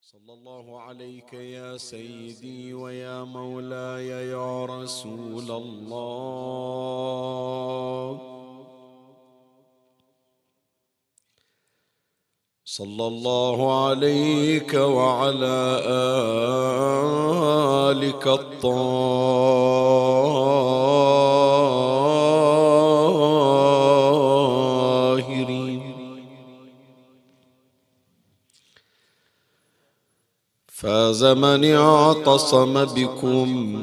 صلى الله عليك يا سيدي ويا مولاي يا رسول الله. صلى الله عليك وعلى آلك الطاهرين. فاز من اعتصم بكم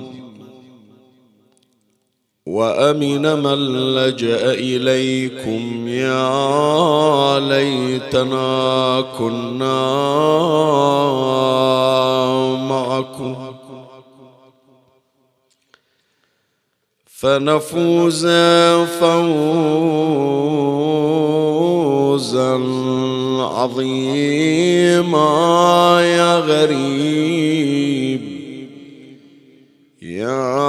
وأمن من لجأ إليكم. يا ليتنا كنا معكم فنفوز فوزا عظيما يا غريب يا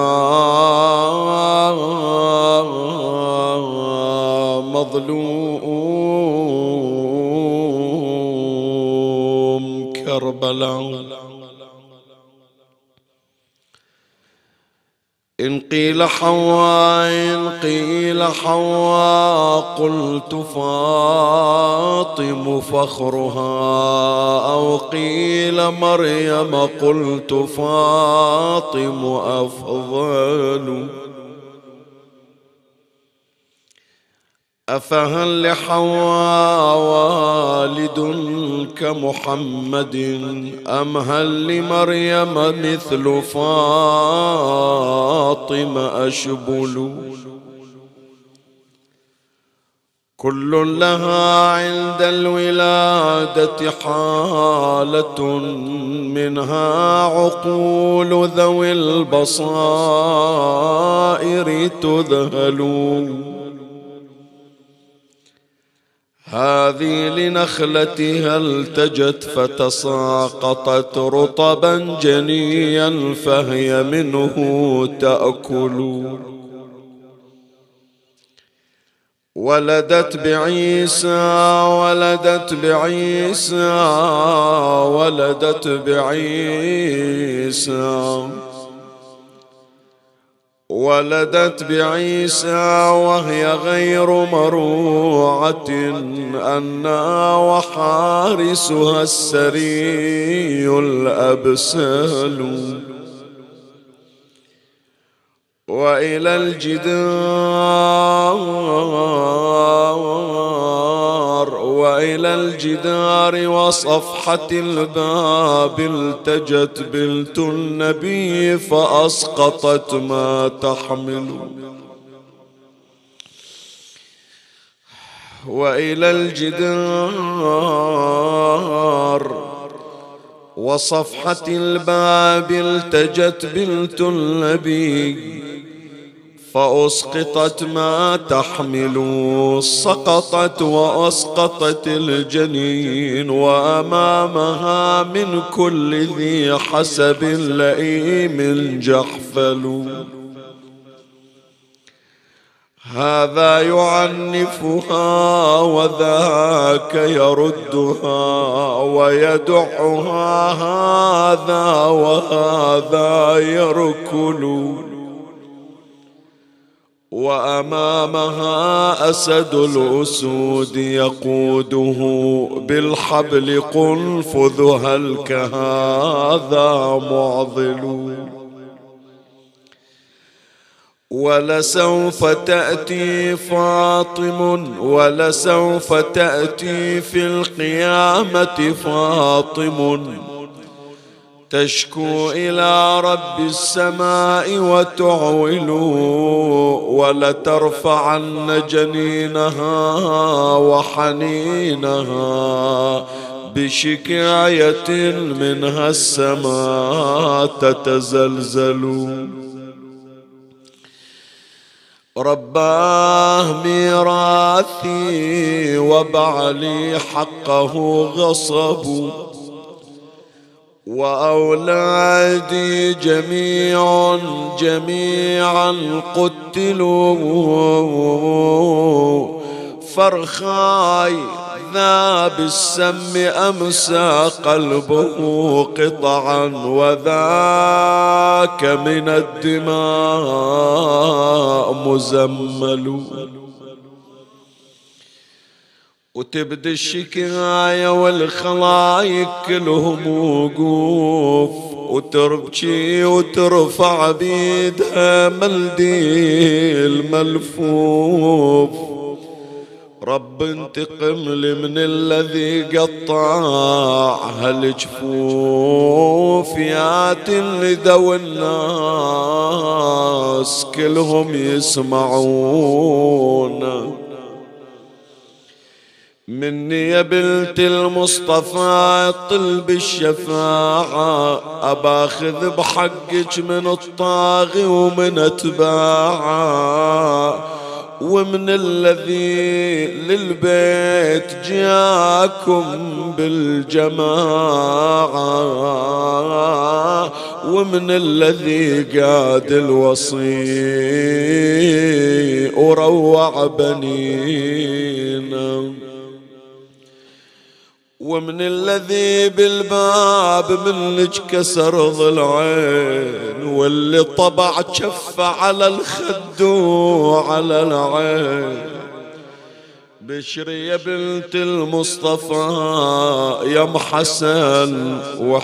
مظلوم كربلاء. إن قيل حواء إن قيل حواء قلت فاطم فخرها، أو قيل مريم قلت فاطم أفضل. أفهل لحواء والد كمحمد، أم هل لمريم مثل فاطم أشبل؟ كل لها عند الولادة حالة، منها عقول ذوي البصائر تذهل. هذه لنخلتها التجت فتساقطت رطبا جنيا فهي منه تأكل. ولدت بعيسى ولدت بعيسى ولدت بعيسى ولدت بعيسى وهي غير مروعة، أنا وحارسها السري الأبسل. وإلى الجدار وصفحة الباب التجت بنت النبي فأسقطت ما تحمل. وإلى الجدار وصفحة الباب التجت بنت النبي فأسقطت ما تحمل. سقطت وأسقطت الجنين، وأمامها من كل ذي حسب لئيم جحفل. هذا يعنفها وذاك يردها ويدعها، هذا وهذا يركل. وأمامها أسد الأسود يقوده بالحبل قنفذ هلك هذا معضل. ولسوف تأتي فاطم ولسوف تأتي في القيامة فاطم تشكو إلى رب السماء وتعول، ولترفعن جنينها وحنينها بشكاية منها السماء تتزلزل. رباه ميراثي وبعلي حقه غصب، وأولادي جميعا قتلوا. فرخاي عذاب السم أمسى قلبه قطعا، وذاك من الدماء مزمل. وتبدي الشكاية والخلايق كلهم وقوف، وتربكي وترفع بيدها منديل ملفوف. رب انتقم لي من الذي قطع هالجفوف، ياتي الندى والناس كلهم يسمعون. مني يا بنت المصطفى طلب الشفاعة، أباخذ بحقك من الطاغي ومن أتباعه، ومن الذي للبيت جاكم بالجماعة، ومن الذي قاد الوصي وروع بنينا، ومن الذي بالباب منك كسر ضلعين، واللي طبع كف على الخد وعلى العين. بشري يا بنت المصطفى يا ام حسن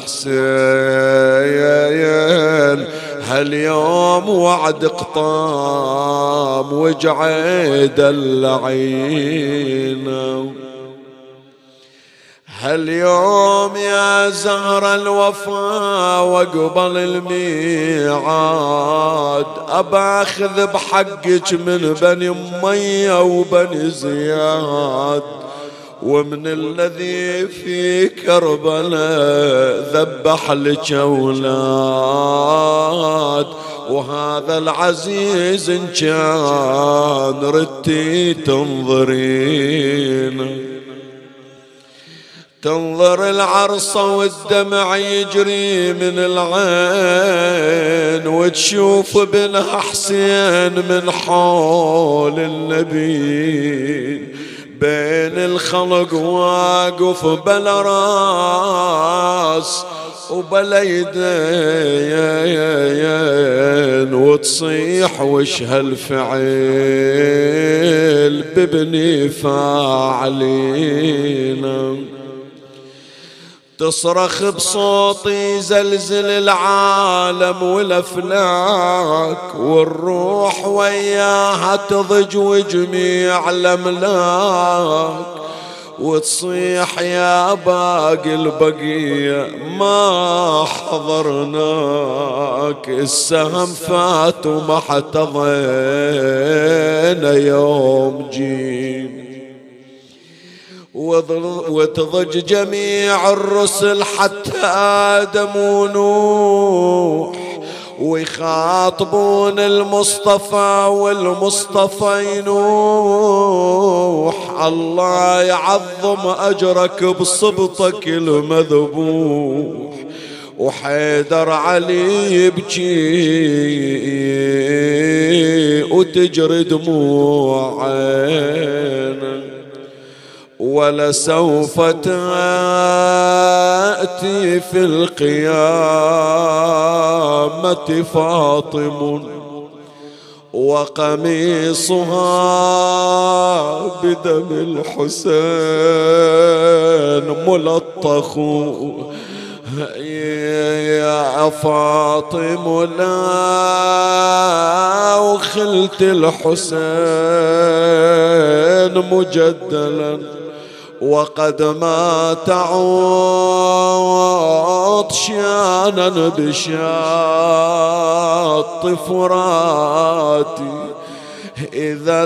وحسين، هاليوم وعد قطام وجعيد اللعين. هاليوم يا زهر الوفا وقبل الميعاد، أباخذ بحقك من بني أمية وبني زياد، ومن الذي في كربلاء ذبح لك أولاد. وهذا العزيز إن كان ردتي تنظرين، تنظر العرصة والدمع يجري من العين، وتشوف بنها حسين من حول النبي بين الخلق واقف بلا راس وبلا يدين، وتصيح وش هالفعل ببني فاعلين. تصرخ بصوتي زلزل العالم والأفلاك، والروح وياها تضج وجميع الأملاك، وتصيح يا باقي البقية ما حضرناك، السهم فات وما حتضينا يوم جيم. وتضج جميع الرسل حتى آدم ونوح، ويخاطبون المصطفى والمصطفى ينوح. الله يعظم أجرك بصبطك المذبوح، وحيدر علي يبكي وتجري دموع عينه. ولسوف تأتي في القيامة فاطم، وقميصها بدم الحسين ملطخ. يا فاطم لا وخلت الحسين مجدلا، وقد ما تعود شانا بشاط فراتي، إذا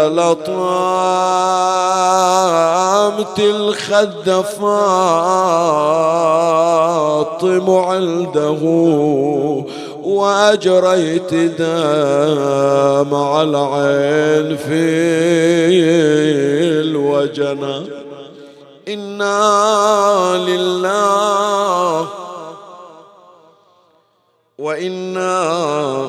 لطامت الخد فاطم عنده، وأجريت دمع العين في الوجنة. إنا لله وإنا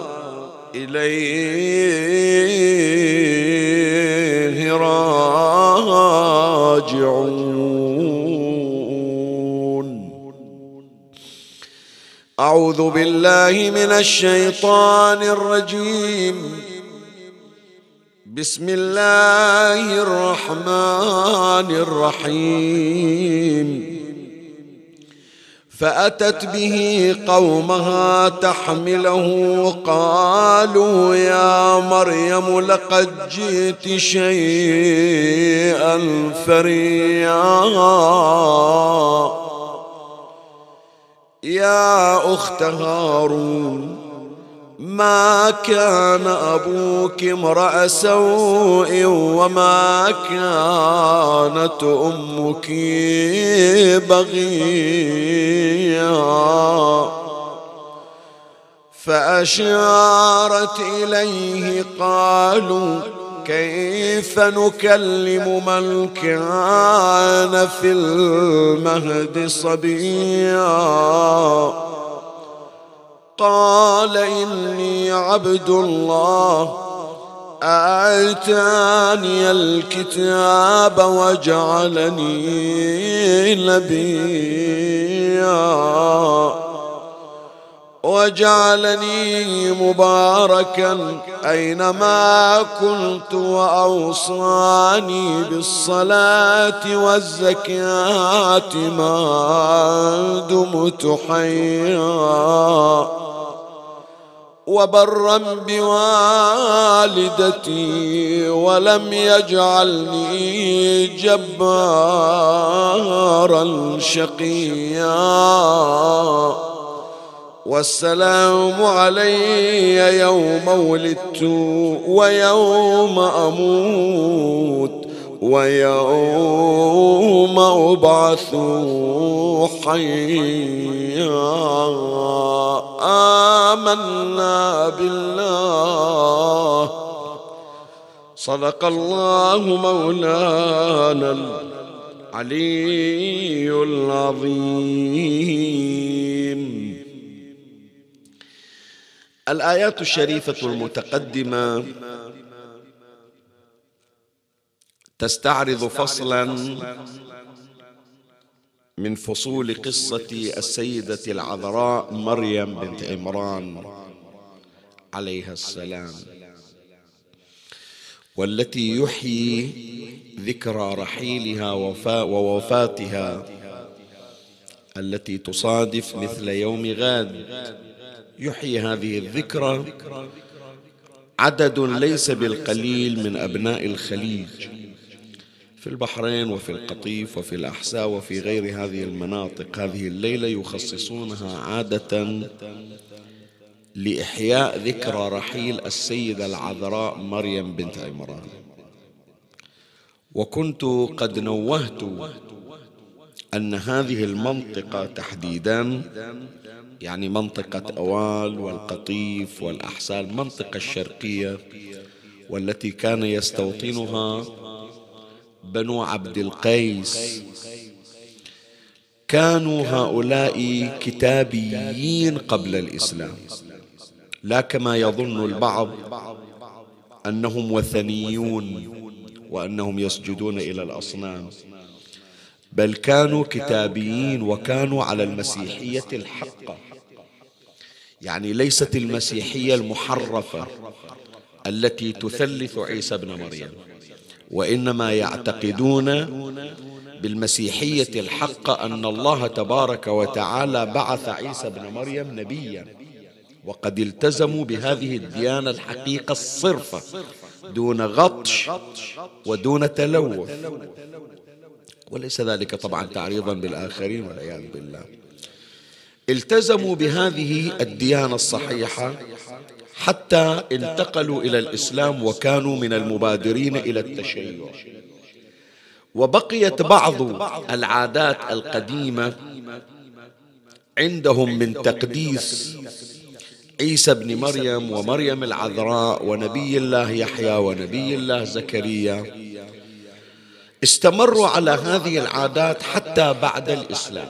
إليه راجعون. أعوذ بالله من الشيطان الرجيم. بسم الله الرحمن الرحيم. فأتت به قومها تحمله قالوا يا مريم لقد جئت شيئا فريا يا أخت هارون ما كان أبوك امرأ سوء وما كانت أمك بغيا. فأشارت إليه قالوا كيف نكلم من كان في المهد صبيا. قال إني عبد الله آتاني الكتاب وجعلني نبيا وجعلني مباركا أينما كنت وأوصاني بالصلاة والزكاة ما دمت حيا وبرا بوالدتي ولم يجعلني جبارا شقيا. والسلام علي يوم ولدت ويوم أموت ويوم أبعث حيا. آمنا بالله صدق الله مولانا العلي العظيم. الآيات الشريفة المتقدمة تستعرض فصلا من فصول قصة السيدة العذراء مريم بنت عمران عليها السلام، والتي يحيي ذكرى رحيلها ووفاتها التي تصادف مثل يوم غد. يحيي هذه الذكرى عدد ليس بالقليل من أبناء الخليج في البحرين وفي القطيف وفي الأحساء وفي غير هذه المناطق. هذه الليلة يخصصونها عادة لإحياء ذكرى رحيل السيدة العذراء مريم بنت عمران. وكنت قد نوهت أن هذه المنطقة تحديدا، يعني منطقة أوال والقطيف والأحساء، المنطقة الشرقية والتي كان يستوطنها بنو عبد القيس، كانوا هؤلاء كتابيين قبل الإسلام، لا كما يظن البعض أنهم وثنيون وأنهم يسجدون إلى الأصنام، بل كانوا كتابيين وكانوا على المسيحية الحقة. يعني ليست المسيحية المحرفة التي تثلث عيسى ابن مريم، وإنما يعتقدون بالمسيحية الحقة أن الله تبارك وتعالى بعث عيسى ابن مريم نبيا، وقد التزموا بهذه الديانة الحقيقة الصرفة دون غطش ودون تلوث، وليس ذلك طبعا تعريضا بالآخرين والعياذ بالله. التزموا بهذه الديانة الصحيحة حتى انتقلوا إلى الإسلام وكانوا من المبادرين إلى التشيع. وبقيت بعض العادات القديمة عندهم من تقديس عيسى بن مريم ومريم العذراء ونبي الله يحيى ونبي الله زكريا، استمروا على هذه العادات حتى بعد الإسلام.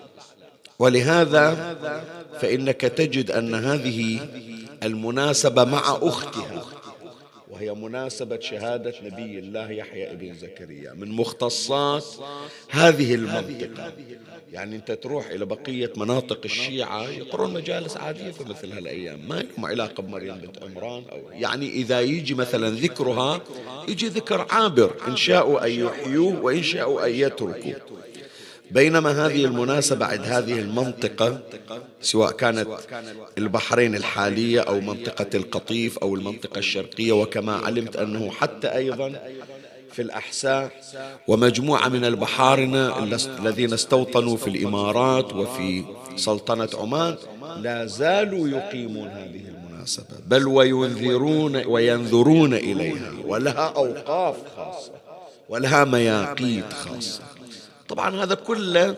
ولهذا فإنك تجد أن هذه المناسبة مع أختها، وهي مناسبة شهادة نبي الله يحيى ابن زكريا، من مختصات هذه المنطقة. يعني أنت تروح إلى بقية مناطق الشيعة يقرون مجالس عادية في مثل هالأيام، ما لهم علاقة بمريم بنت عمران، أو يعني إذا يجي مثلا ذكرها يجي ذكر عابر، إن شاءوا أن يحيوه وإن شاءوا أن يتركوه. بينما هذه المناسبة عند هذه المنطقة، سواء كانت البحرين الحالية أو منطقة القطيف أو المنطقة الشرقية، وكما علمت أنه حتى أيضا في الأحساء ومجموعة من البحارنة الذين استوطنوا في الإمارات وفي سلطنة عمان لا زالوا يقيمون هذه المناسبة، بل وينذرون إليها، ولها أوقاف خاصة ولها مياقيت خاصة. طبعا هذا كله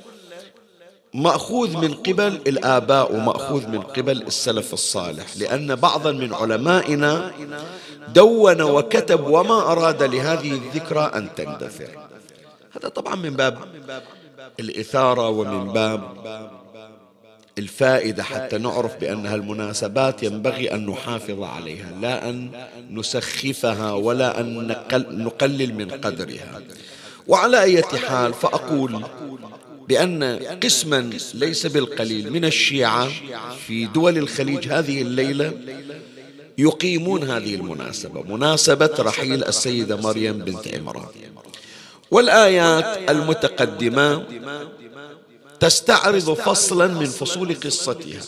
مأخوذ من قبل الآباء ومأخوذ من قبل السلف الصالح، لأن بعضا من علمائنا دون وكتب وما أراد لهذه الذكرى أن تندثر. هذا طبعا من باب الإثارة ومن باب الفائدة، حتى نعرف بأن هالمناسبات ينبغي أن نحافظ عليها، لا أن نسخفها ولا أن نقلل من قدرها. وعلى أي حال، فأقول بأن قسما ليس بالقليل من الشيعة في دول الخليج هذه الليلة يقيمون هذه المناسبة، مناسبة رحيل السيدة مريم بنت عمران. والآيات المتقدمة تستعرض فصلا من فصول قصتها،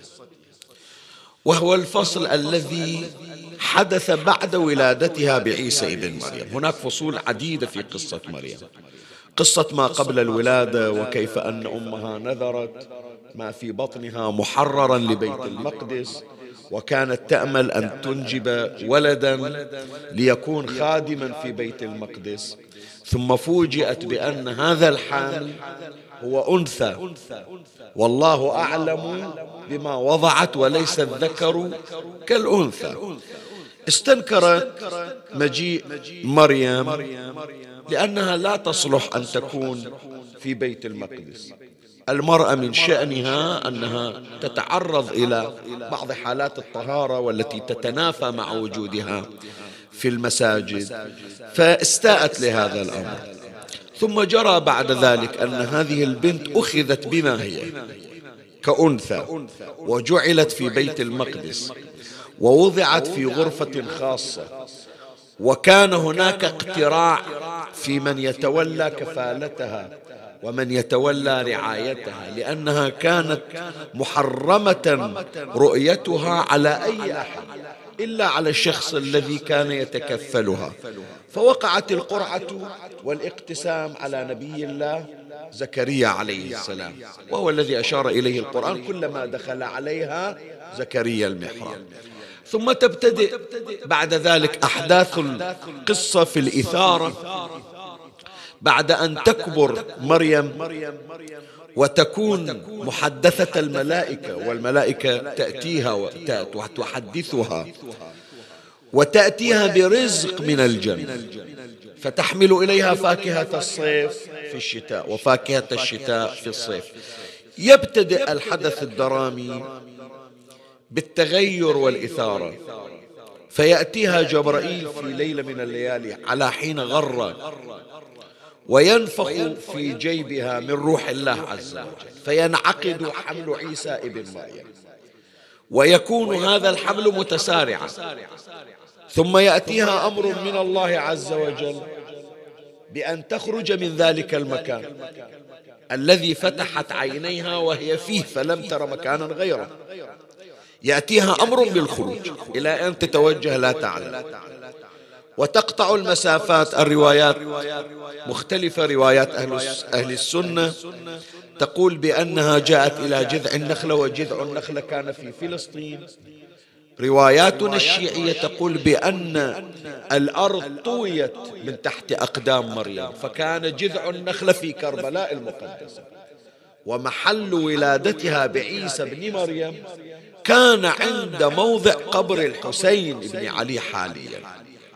وهو الفصل الذي حدث بعد ولادتها بعيسى ابن مريم. هناك فصول عديدة في قصة مريم، قصة ما قبل الولادة، وكيف أن أمها نذرت ما في بطنها محررا لبيت المقدس، وكانت تأمل أن تنجب ولدا ليكون خادما في بيت المقدس، ثم فوجئت بأن هذا الحمل هو أنثى، والله أعلم بما وضعت وليس الذكر كالأنثى. استنكرت مجيء مريم لأنها لا تصلح أن تكون في بيت المقدس. المرأة من شأنها أنها تتعرض إلى بعض حالات الطهارة والتي تتنافى مع وجودها في المساجد، فاستاءت لهذا الأمر. ثم جرى بعد ذلك أن هذه البنت أخذت بما هي كأنثى وجعلت في بيت المقدس ووضعت في غرفة خاصة، وكان هناك اقتراع في من يتولى كفالتها ومن يتولى رعايتها، لأنها كانت محرمة رؤيتها على أي أحد إلا على الشخص الذي كان يتكفلها. فوقعت القرعة والاقتسام على نبي الله زكريا عليه السلام، وهو الذي أشار إليه القرآن: كلما دخل عليها زكريا المحراب. ثم تبتدئ بعد ذلك أحداث القصة في الإثارة بعد أن تكبر مريم وتكون محدثة الملائكة، والملائكة تأتيها وتحدثها وتأتيها برزق من الجنة، فتحمل إليها فاكهة الصيف في الشتاء وفاكهة الشتاء في الصيف. يبتدئ الحدث الدرامي بالتغير والإثارة، فيأتيها جبرائيل في ليلة من الليالي على حين غرة وينفخ في جيبها من روح الله عز وجل، فينعقد حمل عيسى ابن مريم، ويكون هذا الحمل متسارعا. ثم يأتيها أمر من الله عز وجل بأن تخرج من ذلك المكان الذي فتحت عينيها وهي فيه فلم تر مكانا غيره. يأتيها أمر بالخروج، إلى أن تتوجه لا تعلم، وتقطع المسافات. الروايات مختلفة، روايات أهل السنة تقول بأنها جاءت إلى جذع النخلة، وجذع النخلة كان في فلسطين. رواياتنا الشيعية تقول بأن الأرض طويت من تحت أقدام مريم، فكان جذع النخلة في كربلاء المقدسة، ومحل ولادتها بعيسى بن مريم كان عند موضع قبر الحسين بن علي حاليا.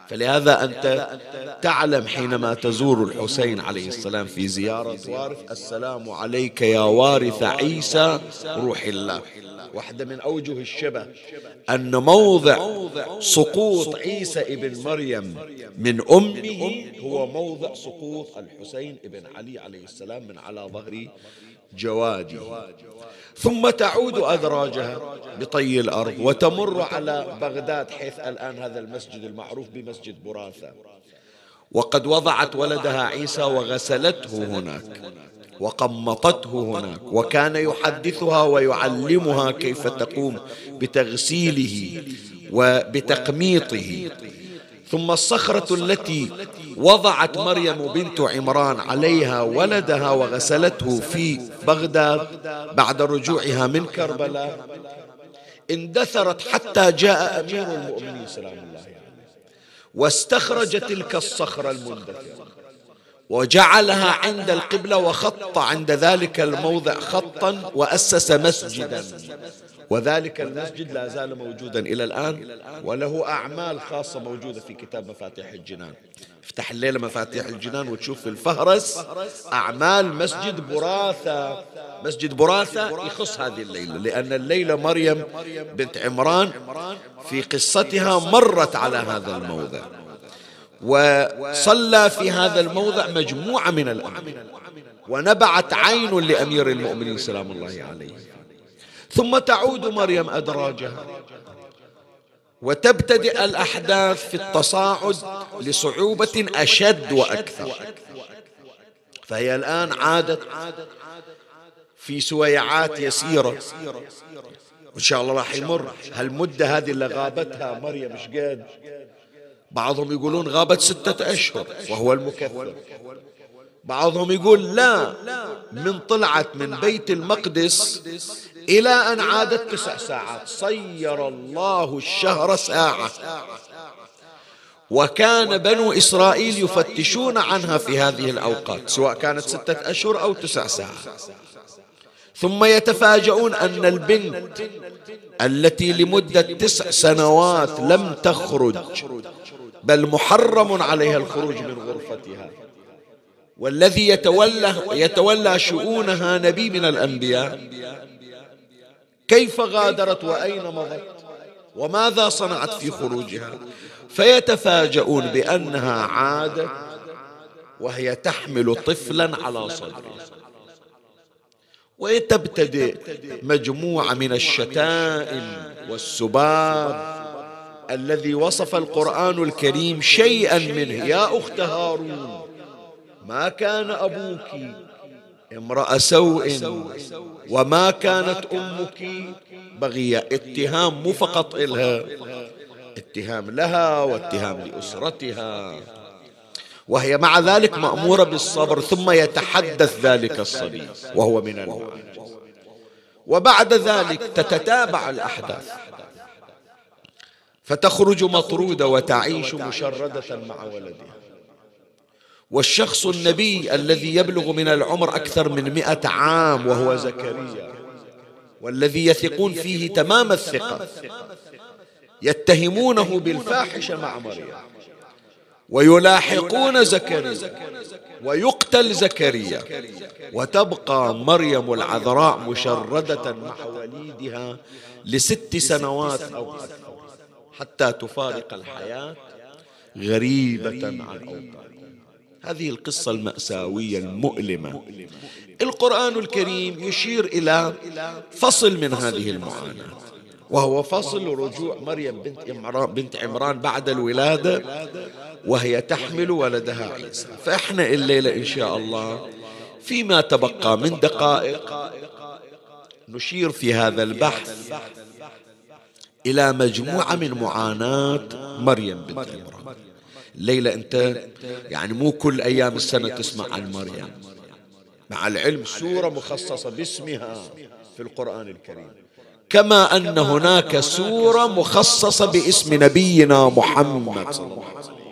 فلهذا أنت تعلم حينما تزور الحسين عليه السلام في زيارة وارث: السلام عليك يا وارث عيسى روح الله. واحدة من أوجه الشبه أن موضع سقوط عيسى ابن مريم من أمه هو موضع سقوط الحسين ابن علي عليه السلام من على ظهر جواده. ثم تعود أدراجها بطي الأرض وتمر على بغداد، حيث الآن هذا المسجد المعروف بمسجد براثة، وقد وضعت ولدها عيسى وغسلته هناك وقمطته هناك، وكان يحدثها ويعلمها كيف تقوم بتغسيله وبتقميطه. ثم الصخرة التي وضعت مريم بنت عمران عليها ولدها وغسلته في بغداد بعد رجوعها من كربلاء اندثرت حتى جاء أمير المؤمنين سلام الله عليه واستخرج تلك الصخرة المندثرة وجعلها عند القبلة، وخط عند ذلك الموضع خطا وأسس مسجدا، وذلك المسجد لا زال موجودا إلى الآن، وله أعمال خاصة موجودة في كتاب مفاتيح الجنان. افتح الليلة مفاتيح الجنان وتشوف في الفهرس أعمال مسجد براثة. مسجد براثة يخص هذه الليلة، لأن الليلة مريم بنت عمران في قصتها مرت على هذا الموضع، وصلى في هذا الموضع مجموعة من الأنبياء، ونبعت عين لأمير المؤمنين سلام الله عليه. ثم تعود مريم أدراجها وتبتدئ الأحداث في التصاعد لصعوبة أشد وأكثر، فهي الآن عادت في سويعات يسيرة، وإن شاء الله راح يمر هالمدة هذه اللي غابتها مريم مش قد. بعضهم يقولون غابت 6 أشهر وهو المكثر، بعضهم يقول لا، من طلعت من بيت المقدس إلى أن عادت 9 ساعات، صير الله الشهر ساعة، وكان بنو إسرائيل يفتشون عنها في هذه الأوقات سواء كانت 6 أشهر أو 9 ساعات. ثم يتفاجؤون أن البنت التي لمدة 9 سنوات لم تخرج، بل محرم عليها الخروج من غرفتها، والذي يتولى شؤونها نبي من الأنبياء، كيف غادرت وأين مضت وماذا صنعت في خروجها؟ فيتفاجؤون بأنها عادت وهي تحمل طفلا على صدرها، وتبتدئ مجموعة من الشتائم والسباب الذي وصف القرآن الكريم شيئا منه: يا أخت هارون ما كان أبوك امرأ سوء وما كانت أمك بغية. اتهام مو فقط إلها، اتهام لها واتهام لأسرتها، وهي مع ذلك مأمورة بالصبر. ثم يتحدث ذلك الصبي وهو من المعجز، وبعد ذلك تتتابع الأحداث، فتخرج مطرودة وتعيش مشردة مع ولدها. والشخص النبي الذي يبلغ من العمر أكثر من 100 عام وهو زكريا، والذي يثقون فيه تمام الثقة، يتهمونه بالفاحشة مع مريم، ويلاحقون زكريا ويقتل زكريا، وتبقى مريم العذراء مشردة مع وليدها ل6 سنوات أو أكثر حتى تفارق الحياة غريبة عن أوطانها. هذه القصة المأساوية المؤلمة. القرآن الكريم يشير إلى فصل من هذه المعاناة، وهو فصل رجوع مريم بنت عمران بعد الولادة وهي تحمل ولدها عيسى. فإحنا الليلة إن شاء الله فيما تبقى من دقائق نشير في هذا البحث إلى مجموعة من معاناة مريم بنت عمران. الليلة أنت يعني مو كل أيام السنة تسمع عن مريم، مع العلم سورة مخصصة باسمها في القرآن الكريم، كما أن هناك سورة مخصصة باسم نبينا محمد صلى الله عليه وسلم.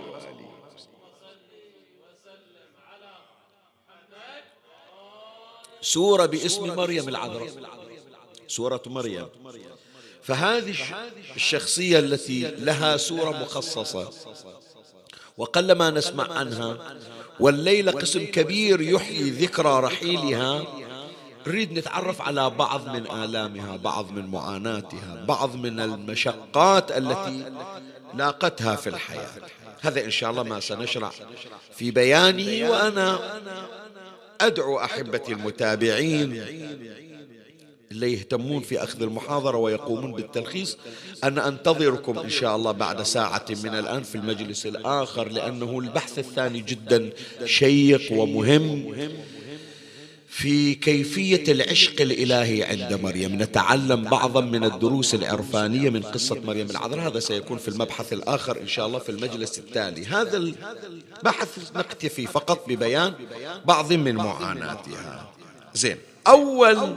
سورة باسم مريم العذراء، سورة مريم. فهذه الشخصية التي لها سورة مخصصة وقلما نسمع عنها، والليلة قسم كبير يحيي ذكرى رحيلها. نريد نتعرف على بعض من آلامها، بعض من معاناتها، بعض من المشقات التي لاقتها في الحياة. هذا إن شاء الله ما سنشرع في بيانه، وأنا أدعو أحبتي المتابعين اللي يهتمون في أخذ المحاضرة ويقومون بالتلخيص أن أنتظركم إن شاء الله بعد ساعة من الآن في المجلس الآخر، لأنه البحث الثاني جدا شيق ومهم في كيفية العشق الإلهي عند مريم. نتعلم بعضا من الدروس العرفانية من قصة مريم العذراء. هذا سيكون في المبحث الآخر إن شاء الله في المجلس التالي. هذا البحث نكتفي فقط ببيان بعض من معاناتها. زين، أول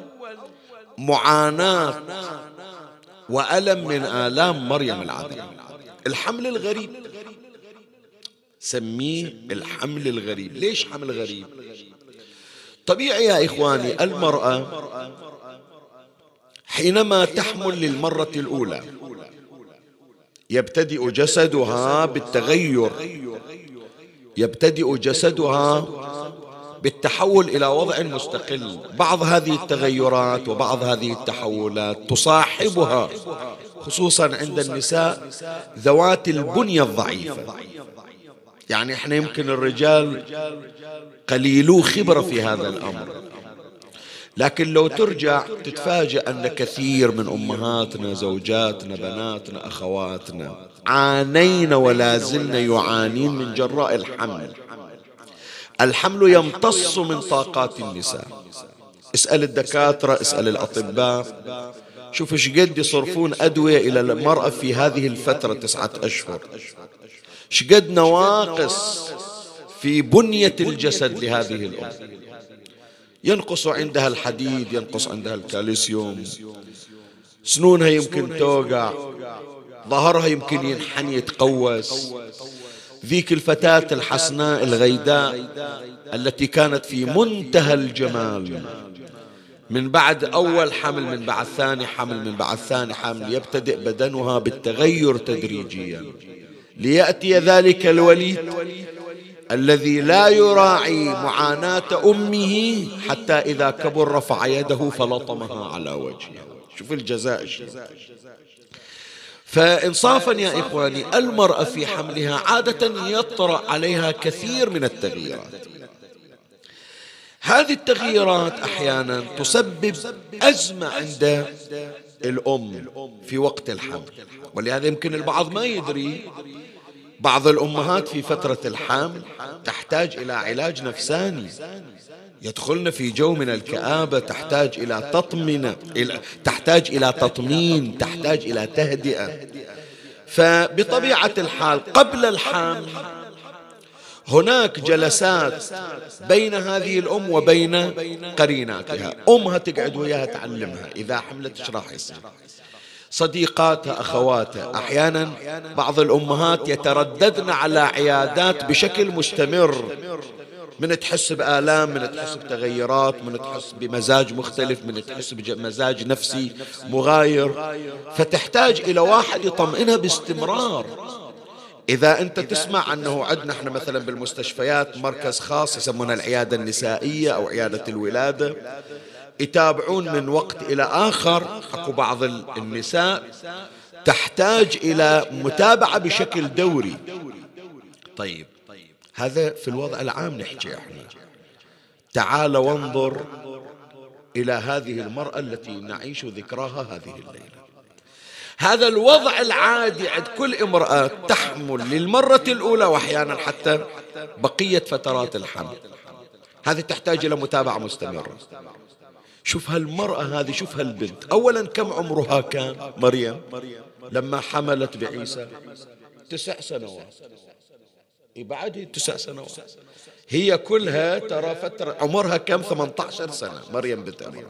معاناة وألم من آلام مريم العذراء الحمل الغريب. سميه الحمل الغريب. ليش حمل غريب؟ طبيعي يا إخواني، المرأة حينما تحمل للمرة الأولى يبتدئ جسدها بالتغير، يبتدئ جسدها بالتحول إلى وضع مستقل. بعض هذه التغيرات وبعض هذه التحولات تصاحبها خصوصا عند النساء ذوات البنية الضعيفة. يعني احنا يمكن الرجال قليلو خبرة في هذا الأمر، لكن لو ترجع تتفاجأ أن كثير من أمهاتنا، زوجاتنا، بناتنا، أخواتنا عانين ولا زلنا يعانين من جراء الحمل. الحمل يمتص من طاقات النساء. اسأل الدكاترة، اسأل الأطباء، شوف ايش قد يصرفون أدوية إلى المرأة في هذه الفترة 9 أشهر، ايش قد نواقص في بنية الجسد لهذه الأم. ينقص عندها الحديد، ينقص عندها الكالسيوم، سنونها يمكن توقع، ظهرها يمكن ينحني يتقوس. ذيك الفتاة الحسناء الغيداء التي كانت في منتهى الجمال، من بعد أول حمل، من بعد ثاني حمل، من بعد ثاني حمل، يبتدئ بدنها بالتغير تدريجيا ليأتي ذلك الوليد الذي لا يراعي معاناة أمه حتى إذا كبر رفع يده فلطمها على وجهها. شوف الجزاء. فإنصافا يا إخواني، المرأة في حملها عادة يطرأ عليها كثير من التغييرات. هذه التغييرات أحيانا تسبب أزمة عند الأم في وقت الحمل، ولهذا يمكن البعض ما يدري بعض الأمهات في فترة الحمل تحتاج إلى علاج نفساني، يدخلن في جو من الكآبة، تحتاج إلى تطمين، تحتاج إلى تطمين، تحتاج إلى تهدئة. فبطبيعة الحال قبل الحمل هناك جلسات بين هذه الأم وبين قريناتها. أمها تقعد وياها تعلمها إذا حملت إيش راح يصير، صديقاتها، أخواتها. أحيانا بعض الأمهات يترددن على عيادات بشكل مستمر، من تحس بآلام، من تحس بتغيرات، من تحس بمزاج مختلف، من تحس بمزاج نفسي مغاير، فتحتاج إلى واحد يطمئنها باستمرار. إذا أنت تسمع أنه عندنا احنا مثلا بالمستشفيات مركز خاص يسمونه العيادة النسائية أو عيادة الولادة، يتابعون من وقت إلى آخر. أكو بعض النساء تحتاج إلى متابعة بشكل دوري. طيب هذا في الوضع العام نحكي احنا. تعال وانظر إلى هذه المرأة التي نعيش ذكراها هذه الليلة. هذا الوضع العادي عند كل امرأة تحمل للمرة الأولى وأحيانا حتى بقية فترات الحمل، هذه تحتاج إلى متابعة مستمرة. شوف هالمرأة هذه، شوف هالبنت، أولا كم عمرها كان مريم لما حملت بعيسى؟ 9 سنوات. بعد 9 سنوات هي كلها ترى فترة عمرها كم؟ 18 سنة مريم بنت عمران.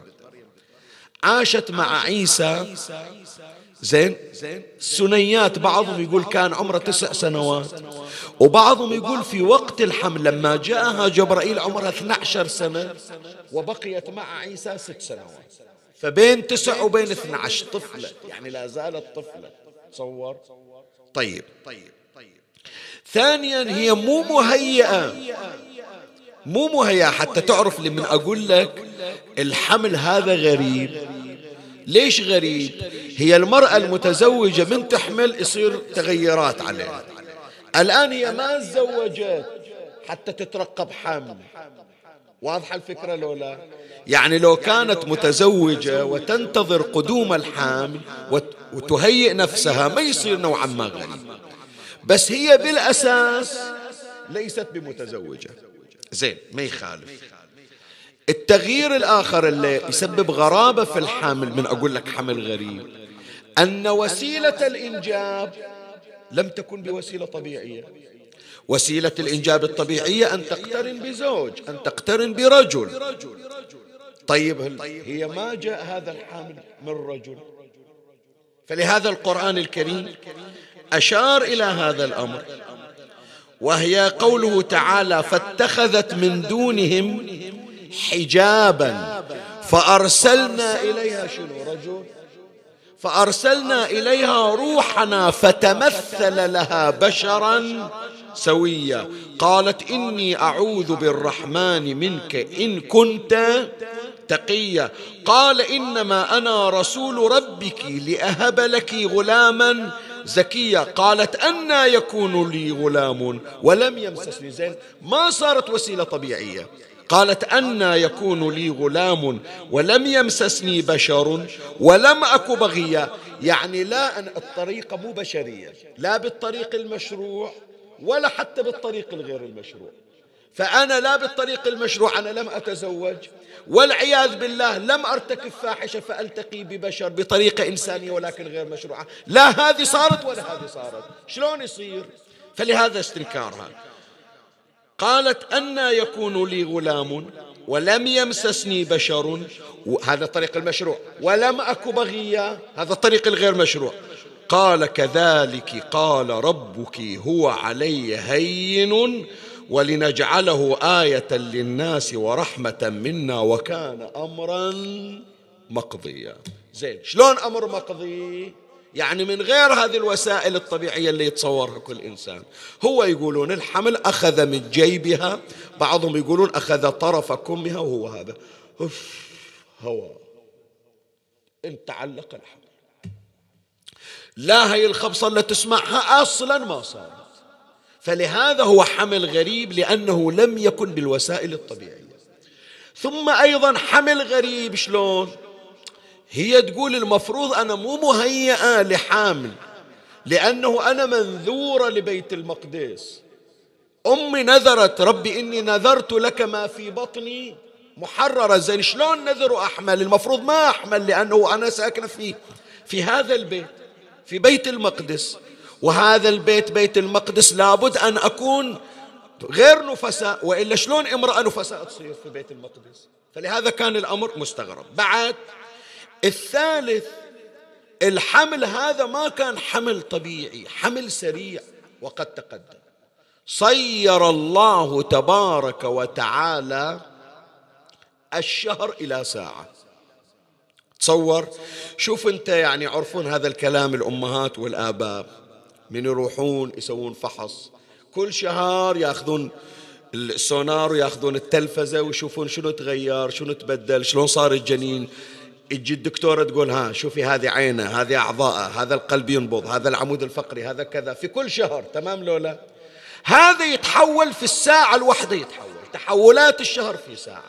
عاشت مع عيسى. زين، سنيات بعضهم يقول كان عمره 9 سنوات، وبعضهم يقول في وقت الحمل لما جاءها جبرائيل عمرها 12 سنة وبقيت مع عيسى 6 سنوات، فبين 9 وبين 12 طفلة، يعني لا زالت طفلة. تصور. طيب ثانيا هي مو مهيئة حتى تعرف لي من أقول لك الحمل هذا غريب. ليش غريب؟ هي المرأة المتزوجة من تحمل يصير تغيرات عليها. الآن هي ما تزوجت حتى تترقب حمل. واضحة الفكرة لو لا؟ يعني لو كانت متزوجة وتنتظر قدوم الحامل وتهيئ نفسها ما يصير نوعا ما غريب، بس هي بالأساس ليست بمتزوجة. زين، ما يخالف. التغيير الآخر اللي يسبب غرابة في الحمل، من أقول لك حمل غريب، أن وسيلة الإنجاب لم تكن بوسيلة طبيعية. وسيلة الإنجاب الطبيعية أن تقترن بزوج، أن تقترن برجل. طيب هي ما جاء هذا الحمل من رجل، فلهذا القرآن الكريم أشار إلى هذا الأمر، وهي قوله تعالى: فاتخذت من دونهم حجابا فأرسلنا إليها شنو؟ رجل. فأرسلنا إليها روحنا فتمثل لها بشرا سويا قالت إني أعوذ بالرحمن منك إن كنت تقيا. قال إنما أنا رسول ربك لأهب لك غلاما زكيا. قالت أنى يكون لي غلام ولم يمسسني. زين، ما صارت وسيلة طبيعية. قالت أنى يكون لي غلام ولم يمسسني بشر ولم أك بغيا. يعني لا، الطريقة مو بشرية، لا بالطريق المشروع ولا حتى بالطريق الغير المشروع. فأنا لا بالطريق المشروع أنا لم أتزوج، والعياذ بالله لم أرتكب فاحشة فألتقي ببشر بطريقة إنسانية ولكن غير مشروعة. لا هذه صارت ولا هذه صارت، شلون يصير؟ فلهذا استنكارها. قالت أنى يكون لي غلام ولم يمسسني بشر، هذا الطريق المشروع، ولم أك بغيا، هذا الطريق الغير مشروع. قال كذلك قال ربك هو علي هين ولنجعله آية للناس ورحمة منا وكان أمرا مقضيا. زين، شلون أمر مقضي؟ يعني من غير هذه الوسائل الطبيعية اللي يتصورها كل إنسان. هو يقولون الحمل أخذ من جيبها، بعضهم يقولون أخذ طرف كمها، وهو هذا هواء إن تعلق الحمل. لا، هي الخبصة اللي تسمعها أصلا ما صارت. فلهذا هو حمل غريب لأنه لم يكن بالوسائل الطبيعية. ثم أيضا حمل غريب شلون؟ هي تقول المفروض أنا مو مهيئة لحامل لأنه أنا منذورة لبيت المقدس. أمي نذرت ربي إني نذرت لك ما في بطني محررة. زين، شلون نذر أحمل؟ المفروض ما أحمل لأنه أنا ساكنة في هذا البيت، في بيت المقدس، وهذا البيت بيت المقدس لابد أن أكون غير نفساء، وإلا شلون امرأة نفساء تصير في بيت المقدس؟ فلهذا كان الأمر مستغرب. بعد الثالث، الحمل هذا ما كان حمل طبيعي، حمل سريع. وقد تقدم صير الله تبارك وتعالى الشهر إلى ساعة. تصور، شوف أنت، يعني عرفون هذا الكلام الأمهات والآباء من يروحون يسوون فحص كل شهر، يأخذون السونار ويأخذون التلفزة ويشوفون شنو تغير، شنو تبدل، شلون صار الجنين. تجي الدكتورة تقول ها شوفي هذه عينه، هذه أعضاءه، هذا القلب ينبض، هذا العمود الفقري، هذا كذا، في كل شهر. تمام لولا؟ هذا يتحول في الساعة الواحدة، يتحول تحولات الشهر في ساعة.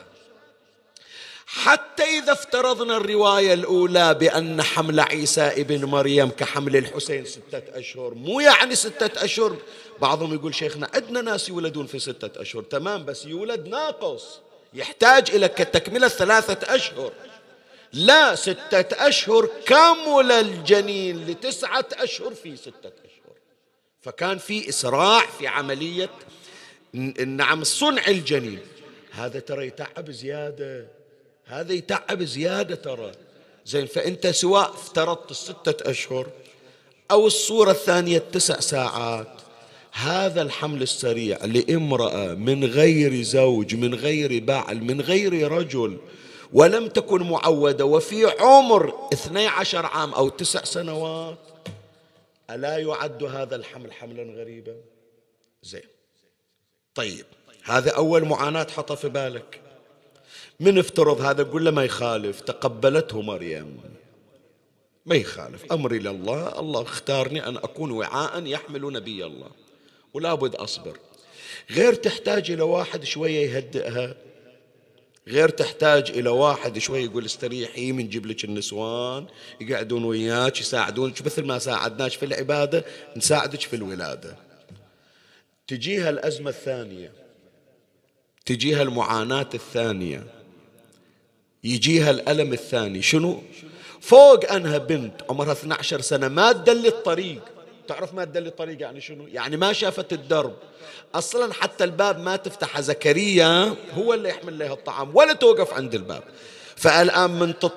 حتى إذا افترضنا الرواية الأولى بأن حمل عيسى ابن مريم كحمل الحسين 6 أشهر، مو يعني 6 أشهر. بعضهم يقول شيخنا عندنا ناس يولدون في 6 أشهر، تمام، بس يولد ناقص يحتاج إلى تكملة 3 أشهر. لا، 6 أشهر كمل الجنين ل9 أشهر في 6 أشهر. فكان في إسراع في عملية نعم صنع الجنين. هذا ترى يتعب زيادة، هذا يتعب زيادة ترى. زين، فأنت سواء افترضت 6 أشهر أو الصورة الثانية 9 ساعات، هذا الحمل السريع لامرأة من غير زوج، من غير بعل، من غير رجل، ولم تكن معودة، وفي عمر 12 عام أو 9 سنوات، ألا يعد هذا الحمل حملا غريبا؟ زين. طيب هذا أول معاناة حطها في بالك. من افترض هذا قل له ما يخالف، تقبلته مريم، ما يخالف، أمري لله، الله اختارني أن أكون وعاء يحمل نبي الله ولا بد أصبر. غير تحتاج إلى واحد شوية يهدئها، غير تحتاج إلى واحد شوية يقول استريحي من جيب لك النسوان يقعدون وياك يساعدونك مثل ما ساعدناك في العبادة نساعدك في الولادة. تجيها الأزمة الثانية، تجيها المعاناة الثانية، يجيها الألم الثاني. شنو؟ فوق أنها بنت عمرها 12 سنة ما تدلي الطريق. تعرف ما تدلي الطريق يعني شنو؟ يعني ما شافت الدرب أصلا، حتى الباب ما تفتح، زكريا هو اللي يحمل لها الطعام ولا توقف عند الباب. فالآن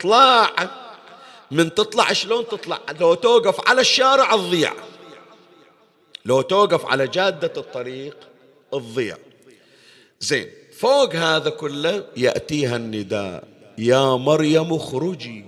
من تطلع شلون تطلع؟ لو توقف على الشارع تضيع، لو توقف على جادة الطريق تضيع. زين، فوق هذا كله يأتيها النداء يا مريم اخرجي،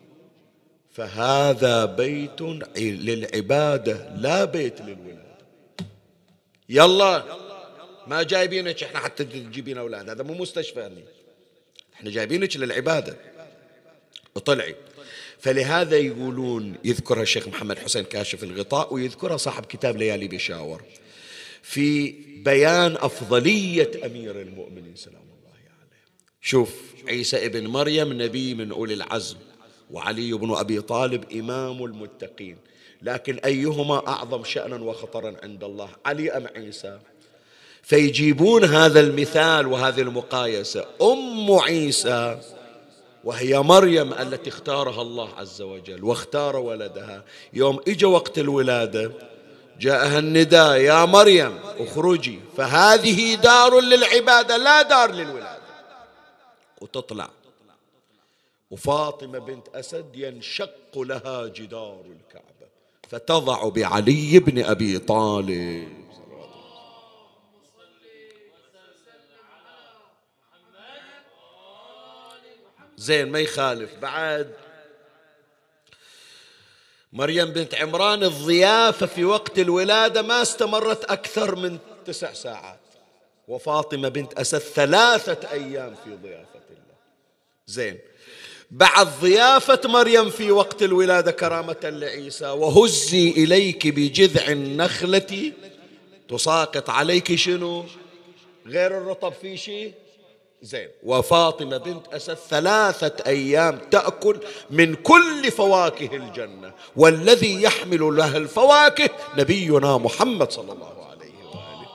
فهذا بيت للعبادة لا بيت للولادة. يلا ما جايبينك احنا حتى تجيبين أولاد، هذا مو مستشفى، احنا جايبينك للعبادة وطلعي. فلهذا يقولون، يذكرها الشيخ محمد حسين كاشف الغطاء ويذكرها صاحب كتاب ليالي بشاور في بيان أفضلية أمير المؤمنين سلام الله عليه. شوف، عيسى ابن مريم نبي من أولي العزم، وعلي بن أبي طالب إمام المتقين، لكن أيهما أعظم شأنا وخطرا عند الله، علي أم عيسى؟ فيجيبون هذا المثال وهذه المقايسة. أم عيسى وهي مريم التي اختارها الله عز وجل واختار ولدها، يوم إجا وقت الولادة جاءها النداء يا مريم اخرجي، فهذه دار للعبادة لا دار للولادة. وتطلع، وفاطمة بنت أسد ينشق لها جدار الكعبة فتضع بعلي بن أبي طالب. زين، ما يخالف. بعد مريم بنت عمران الضيافة في وقت الولادة ما استمرت أكثر من 9 ساعات، وفاطمة بنت أسد 3 أيام في ضيافة الله. زين، بعد ضيافة مريم في وقت الولادة كرامة لعيسى، وهزي إليك بجذع النخلة تساقط عليك شنو؟ غير الرطب في شيء؟ زين، وفاطمة بنت أسد 3 أيام تأكل من كل فواكه الجنة، والذي يحمل لها الفواكه نبينا محمد صلى الله عليه وآله.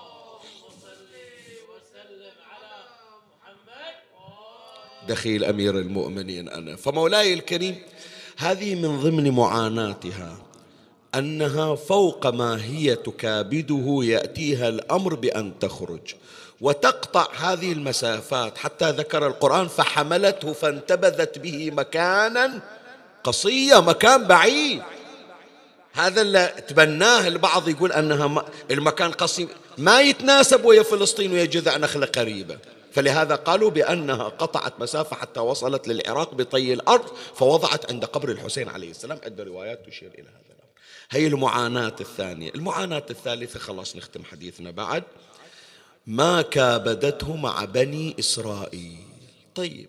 دخيل أمير المؤمنين أنا. فمولاي الكريم، هذه من ضمن معاناتها أنها فوق ما هي تكابده يأتيها الأمر بأن تخرج وتقطع هذه المسافات، حتى ذكر القرآن فحملته فانتبذت به مكانا قصيا، مكان بعيد. هذا اللي تبناه البعض يقول أنها المكان قصي ما يتناسب ويا فلسطين ويا جذع نخلة قريبة، فلهذا قالوا بأنها قطعت مسافة حتى وصلت للعراق بطي الأرض فوضعت عند قبر الحسين عليه السلام. عند روايات تشير إلى هذا الأمر. هي المعاناة الثانية. المعاناة الثالثة، خلاص نختم حديثنا بعد، ما كابدته مع بني إسرائيل. طيب،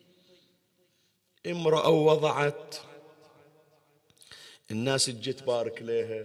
امرأة وضعت، الناس تجي تبارك لها،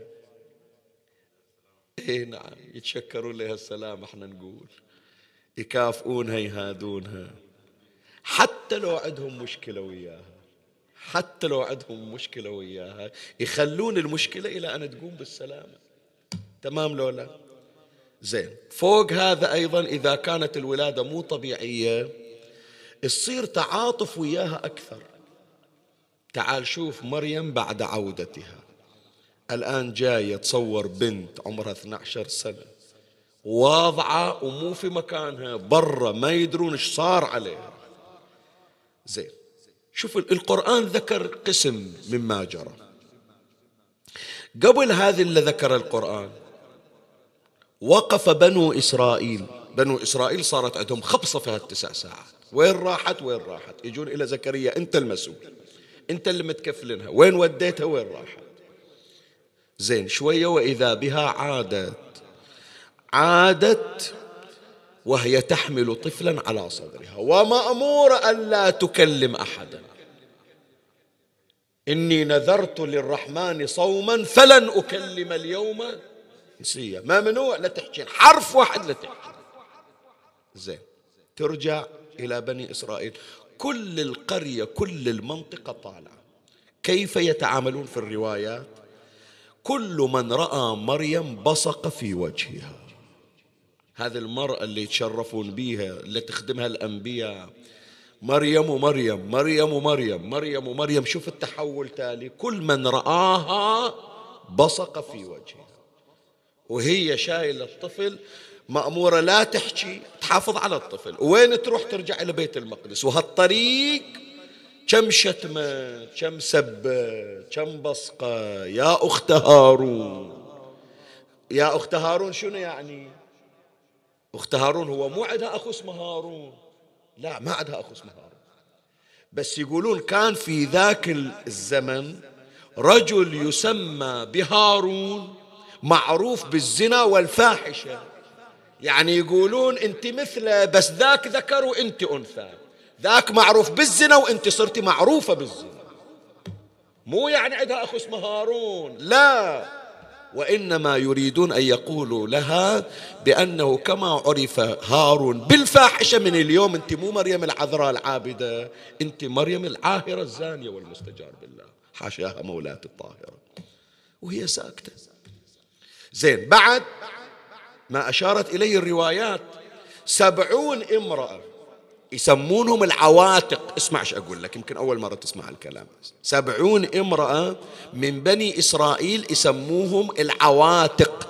ايه نعم، يتشكرون لها السلام، احنا نقول يكافئونها يهادونها، حتى لو عندهم مشكلة وياها، حتى لو عندهم مشكلة وياها يخلون المشكلة إلى أن تقوم بالسلامة. تمام لو لا؟ زين، فوق هذا أيضا إذا كانت الولادة مو طبيعية يصير تعاطف وياها أكثر. تعال شوف مريم بعد عودتها الآن جاية، تصور بنت عمرها 12 سنة واضعة ومو في مكانها، برا ما يدرون ايش صار عليها. زين، شوف القرآن ذكر قسم مما جرى قبل هذه اللي ذكر القرآن. وقف بنو إسرائيل صارت عندهم خبصة في هال9 ساعات. وين راحت؟ يجون إلى زكريا، أنت المسؤول، أنت اللي متكفلنها، وين وديتها؟ وين راحت؟ زين، شوية وإذا بها عادت عادت وهي تحمل طفلا على صدرها ومأمورة ألا تكلم أحدا. إني نذرت للرحمن صوما فلن أكلم اليوم إنسيا. ممنوع، لا تحكي حرف واحد، لا تحكي. زين، ترجع إلى بني إسرائيل، كل القرية كل المنطقة طالعة. كيف يتعاملون في الروايات؟ كل من رأى مريم بصق في وجهها. هذه المرأة اللي يتشرفون بها، اللي تخدمها الأنبياء، مريم ومريم، مريم ومريم، مريم ومريم. شوف التحول تالي، كل من رآها بصق في وجهها. وهي شايلة الطفل، مأمورة لا تحكي، تحافظ على الطفل. وين تروح؟ ترجع إلى بيت المقدس. وهالطريق كم شتمة، كم سبة، كم بصقة. يا أخت هارون، يا أخت هارون شنو يعني؟ أخت هارون هو مو عندها أخو اسمه هارون، لا ما عندها أخو اسمه هارون، بس يقولون كان في ذاك الزمن رجل يسمى بهارون معروف بالزنا والفاحشة. يعني يقولون أنت مثله، بس ذاك ذكر وأنت أنثى، ذاك معروف بالزنا وأنت صرتي معروفة بالزنا. مو يعني عندها أخو اسمه هارون، لا، وإنما يريدون أن يقولوا لها بأنه كما عرف هارون بالفاحشة، من اليوم أنت مو مريم العذراء العابدة، أنت مريم العاهرة الزانية والمستجار بالله، حاشاها مولاة الطاهرة. وهي ساكتة. زين، بعد ما أشارت إليه الروايات 70 امرأة يسمونهم العواتق. اسمع ايش أقول لك، يمكن أول مرة تسمع الكلام. 70 امرأة من بني إسرائيل يسموهم العواتق.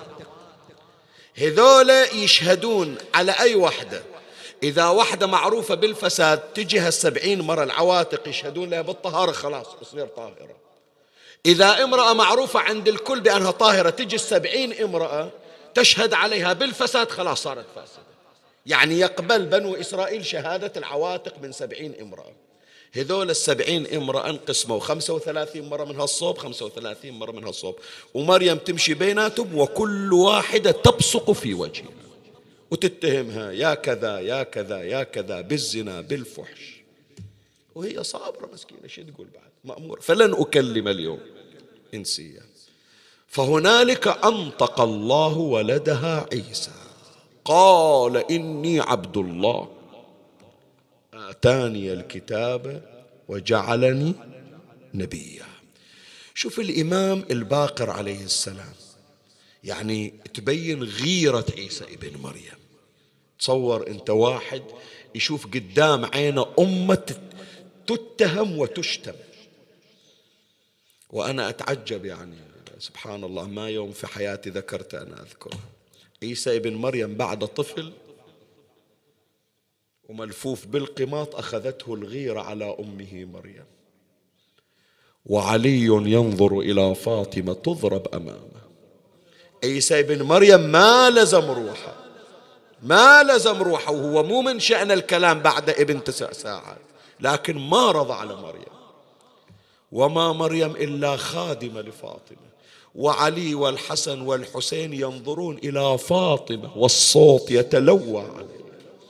هذول يشهدون على أي وحدة. إذا وحدة معروفة بالفساد تجيها 70 مرة العواتق يشهدون لها بالطهارة، خلاص تصير طاهرة. إذا امرأة معروفة عند الكل بأنها طاهرة تجي 70 امرأة تشهد عليها بالفساد، خلاص صارت فاسدة. يعني يقبل بنو إسرائيل شهادة العواتق من 70 امرأة. هذول 70 امرأة انقسموا 35 مرة من هالصوب، 35 مرة من هالصوب، ومريم تمشي بيناتهم وكل واحدة تبصق في وجهها وتتهمها يا كذا يا كذا يا كذا بالزنا بالفحش. وهي صابرة مسكينة، شو تقول بعد؟ مأمور فلن أكلم اليوم إنسيا. فهنالك أنطق الله ولدها عيسى، قال إني عبد الله آتاني الكتاب وجعلني نبيا. شوف الإمام الباقر عليه السلام، يعني تبين غيرة عيسى ابن مريم. تصور أنت واحد يشوف قدام عينه أمة تتهم وتشتم. وأنا أتعجب، يعني سبحان الله، ما يوم في حياتي ذكرت أنا أذكره. عيسى ابن مريم بعد طفل وملفوف بالقماط أخذته الغيرة على أمه مريم، وعلي ينظر إلى فاطمة تضرب أمامه. عيسى ابن مريم ما لزم روحه، ما لزم روحه، وهو مو من شأن الكلام بعد ابن 9 ساعات، لكن ما رضى على مريم. وما مريم إلا خادمة لفاطمة، وعلي والحسن والحسين ينظرون إلى فاطمة والصوت يتلوى عليه.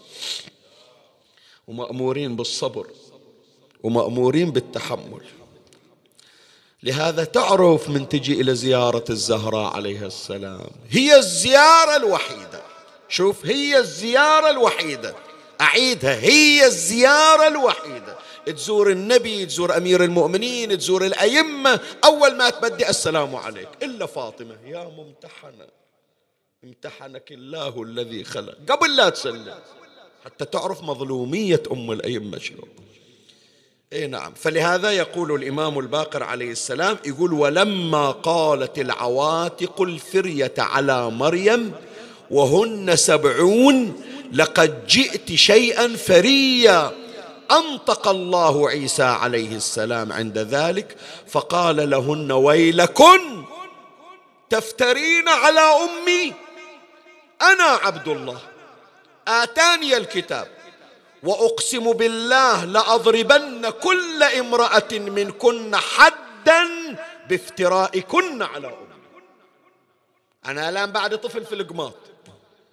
ومأمورين بالصبر ومأمورين بالتحمل. لهذا تعرف من تجي إلى زيارة الزهراء عليها السلام، هي الزيارة الوحيدة. شوف، هي الزيارة الوحيدة، أعيدها، هي الزيارة الوحيدة. تزور النبي، تزور أمير المؤمنين، تزور الأئمة، أول ما تبدي السلام عليك. إلا فاطمة يا ممتحنة، امتحنك الله الذي خلق، قبل لا تسلم، حتى تعرف مظلومية أم الأئمة شنو. اي نعم. فلهذا يقول الإمام الباقر عليه السلام، يقول ولما قالت العواتق الفرية على مريم وهن 70 لقد جئت شيئا فريا، أنطق الله عيسى عليه السلام عند ذلك فقال لهن ويلكن تفترين على أمي، أنا عبد الله آتاني الكتاب وأقسم بالله لأضربن كل امرأة منكن حدا بافترائكن على أمي. أنا الآن بعد طفل في القماط،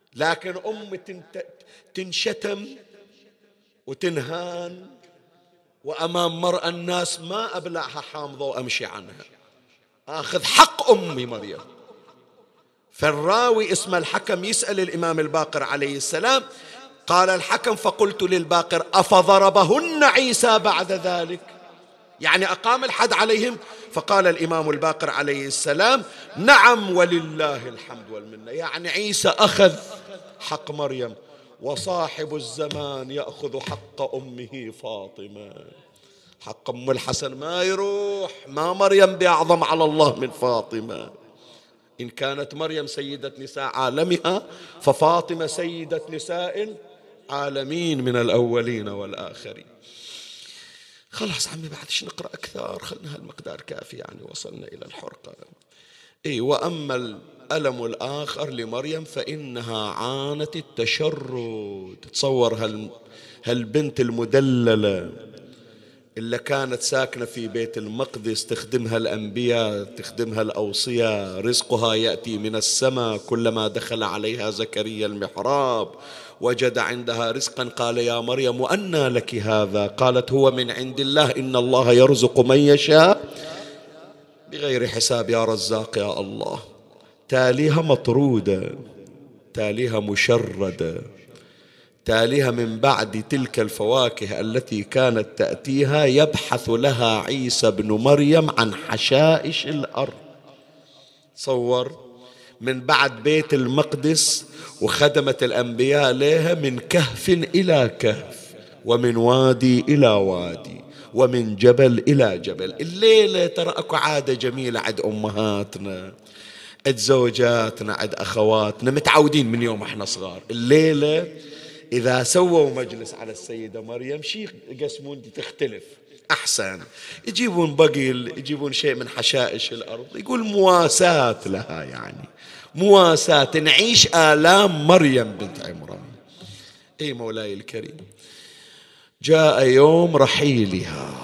لكن تنشتم وتنهان وأمام مرأى الناس ما أبلعها حامضة وأمشي عنها، آخذ حق أمي مريم. فالراوي اسمه الحكم يسأل الإمام الباقر عليه السلام، قال الحكم: فقلت للباقر: أفضربهن عيسى بعد ذلك؟ يعني أقام الحد عليهم؟ فقال الإمام الباقر عليه السلام: نعم ولله الحمد والمنة، يعني عيسى أخذ حق مريم، وصاحب الزمان يأخذ حق أمه فاطمة. حق أم الحسن ما يروح، ما مريم بأعظم على الله من فاطمة. إن كانت مريم سيدة نساء عالمها ففاطمة سيدة نساء العالمين من الأولين والآخرين. خلاص عمي بعدش نقرأ أكثر، خلنا هالمقدار كافي، يعني وصلنا إلى الحرقة. وأما الألم الآخر لمريم فإنها عانت التشرد. تصور هالبنت المدللة اللي كانت ساكنة في بيت المقدس، تخدمها الأنبياء، تخدمها الأوصياء، رزقها يأتي من السماء، كلما دخل عليها زكريا المحراب وجد عندها رزقا قال: يا مريم أنى لك هذا؟ قالت: هو من عند الله، إن الله يرزق من يشاء بغير حساب. يا رزاق يا الله. تاليها مطرودة، تاليها مشردة، تاليها من بعد تلك الفواكه التي كانت تأتيها يبحث لها عيسى بن مريم عن حشائش الأرض. صور من بعد بيت المقدس وخدمة الأنبياء لها، من كهف إلى كهف، ومن وادي إلى وادي، ومن جبل إلى جبل. الليلة ترى أكو عادة جميلة عند أمهاتنا، عند زوجاتنا، عند أخواتنا، متعودين من يوم احنا صغار. الليلة إذا سووا مجلس على السيدة مريم شيء يقسمون تختلف أحسن، يجيبون بقيل، يجيبون شيء من حشائش الأرض، يقول مواساة لها، يعني مواساة، نعيش آلام مريم بنت عمران. أي مولاي الكريم، جاء يوم رحيلها،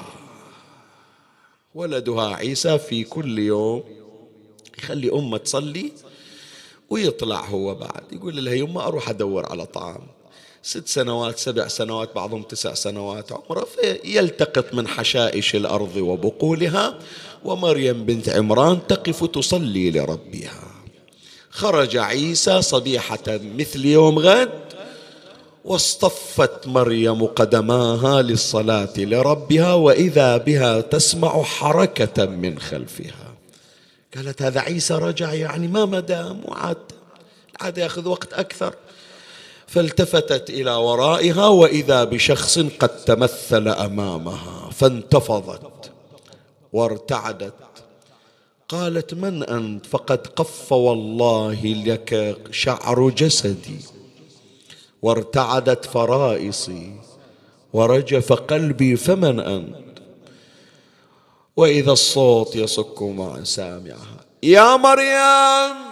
ولدها عيسى في كل يوم يخلي أمه تصلي ويطلع هو بعد، يقول لها: يما أروح أدور على طعام. 6 سنوات 7 سنوات بعضهم 9 سنوات عمره، فيلتقط من حشائش الأرض وبقولها، ومريم بنت عمران تقف تصلي لربها. خرج عيسى صبيحة مثل يوم غد، واصطفت مريم قدماها للصلاة لربها، وإذا بها تسمع حركة من خلفها. قالت: هذا عيسى رجع، يعني ما مدام وعاد، عاد يأخذ وقت أكثر. فالتفتت إلى ورائها وإذا بشخص قد تمثل أمامها، فانتفضت وارتعدت. قالت: من أنت؟ فقد قف والله لك شعر جسدي، وارتعدت فرائصي، ورجف قلبي، فمن أنت؟ وإذا الصوت يصك مع سامعها: يا مريم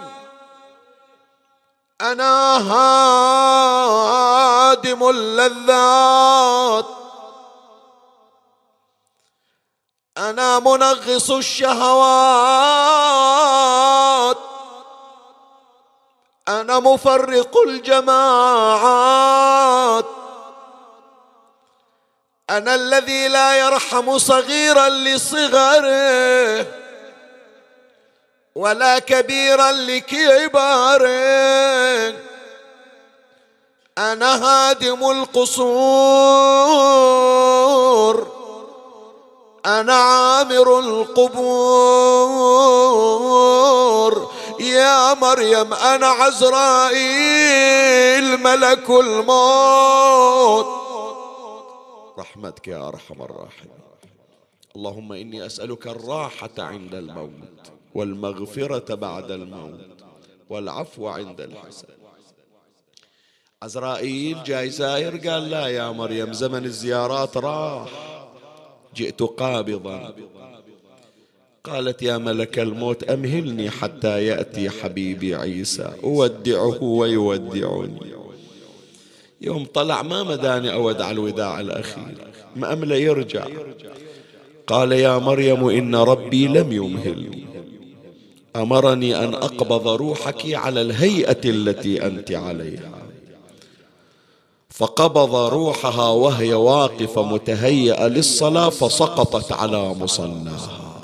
أنا هادم اللذات، أنا منغص الشهوات، أنا مفرق الجماعات، أنا الذي لا يرحم صغيرا لصغره ولا كبيرا لكباره، أنا هادم القصور، أنا عامر القبور. يا مريم أنا عزرائيل ملك الموت، رحمتك يا أرحم الراحمين. اللهم إني أسألك الراحة عند الموت، والمغفرة بعد الموت، والعفو عند الحساب. عزرائيل جاي زاير، قال: لا يا مريم، زمن الزيارات راح، جئت قابضا. قالت: يا ملك الموت أمهلني حتى يأتي حبيبي عيسى، أودعه ويودعني. يوم طلع ما مداني أودع الوداع الأخير، ما أملى يرجع. قال: يا مريم إن ربي لم يمهلني، أمرني أن أقبض روحك على الهيئة التي أنت عليها. فقبض روحها وهي واقفة متهيئة للصلاة فسقطت على مصلاها.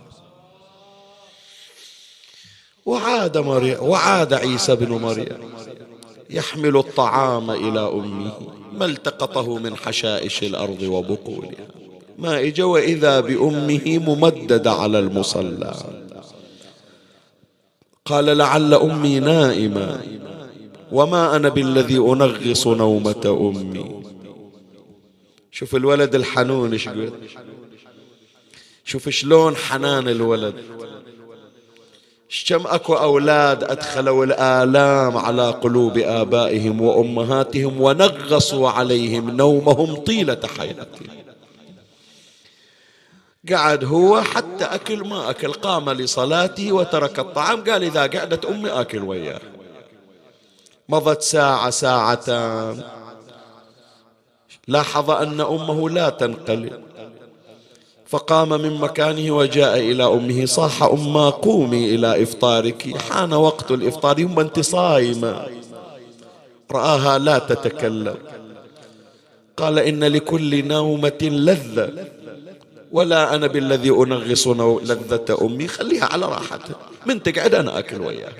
وعاد عيسى بن مريم يحمل الطعام إلى أمه، ما التقطه من حشائش الأرض وبقولها، ما إجا وإذا بأمه ممددة على المصلى. قال لعل أمي نائمة وما أنا بالذي أنغص نومة أمي. شوف الولد الحنون ايش قلت، شوف شلون حنان الولد. كم اكو اولاد ادخلوا الآلام على قلوب آبائهم وامهاتهم ونغصوا عليهم نومهم طيلة حياتهم. قعد هو حتى اكل ما اكل، قام لصلاته وترك الطعام، قال اذا قعدت امي اكل وياه. مضت ساعة ساعتان، لاحظ ان امه لا تنقلب، فقام من مكانه وجاء إلى أمه، صاح أما قومي إلى إفطارك، حان وقت الإفطار، يما أنت صايمة. رآها لا تتكلم، قال إن لكل نومة لذة ولا أنا بالذي أنغص لذة أمي، خليها على راحتها، من تقعد أنا أكل وياها.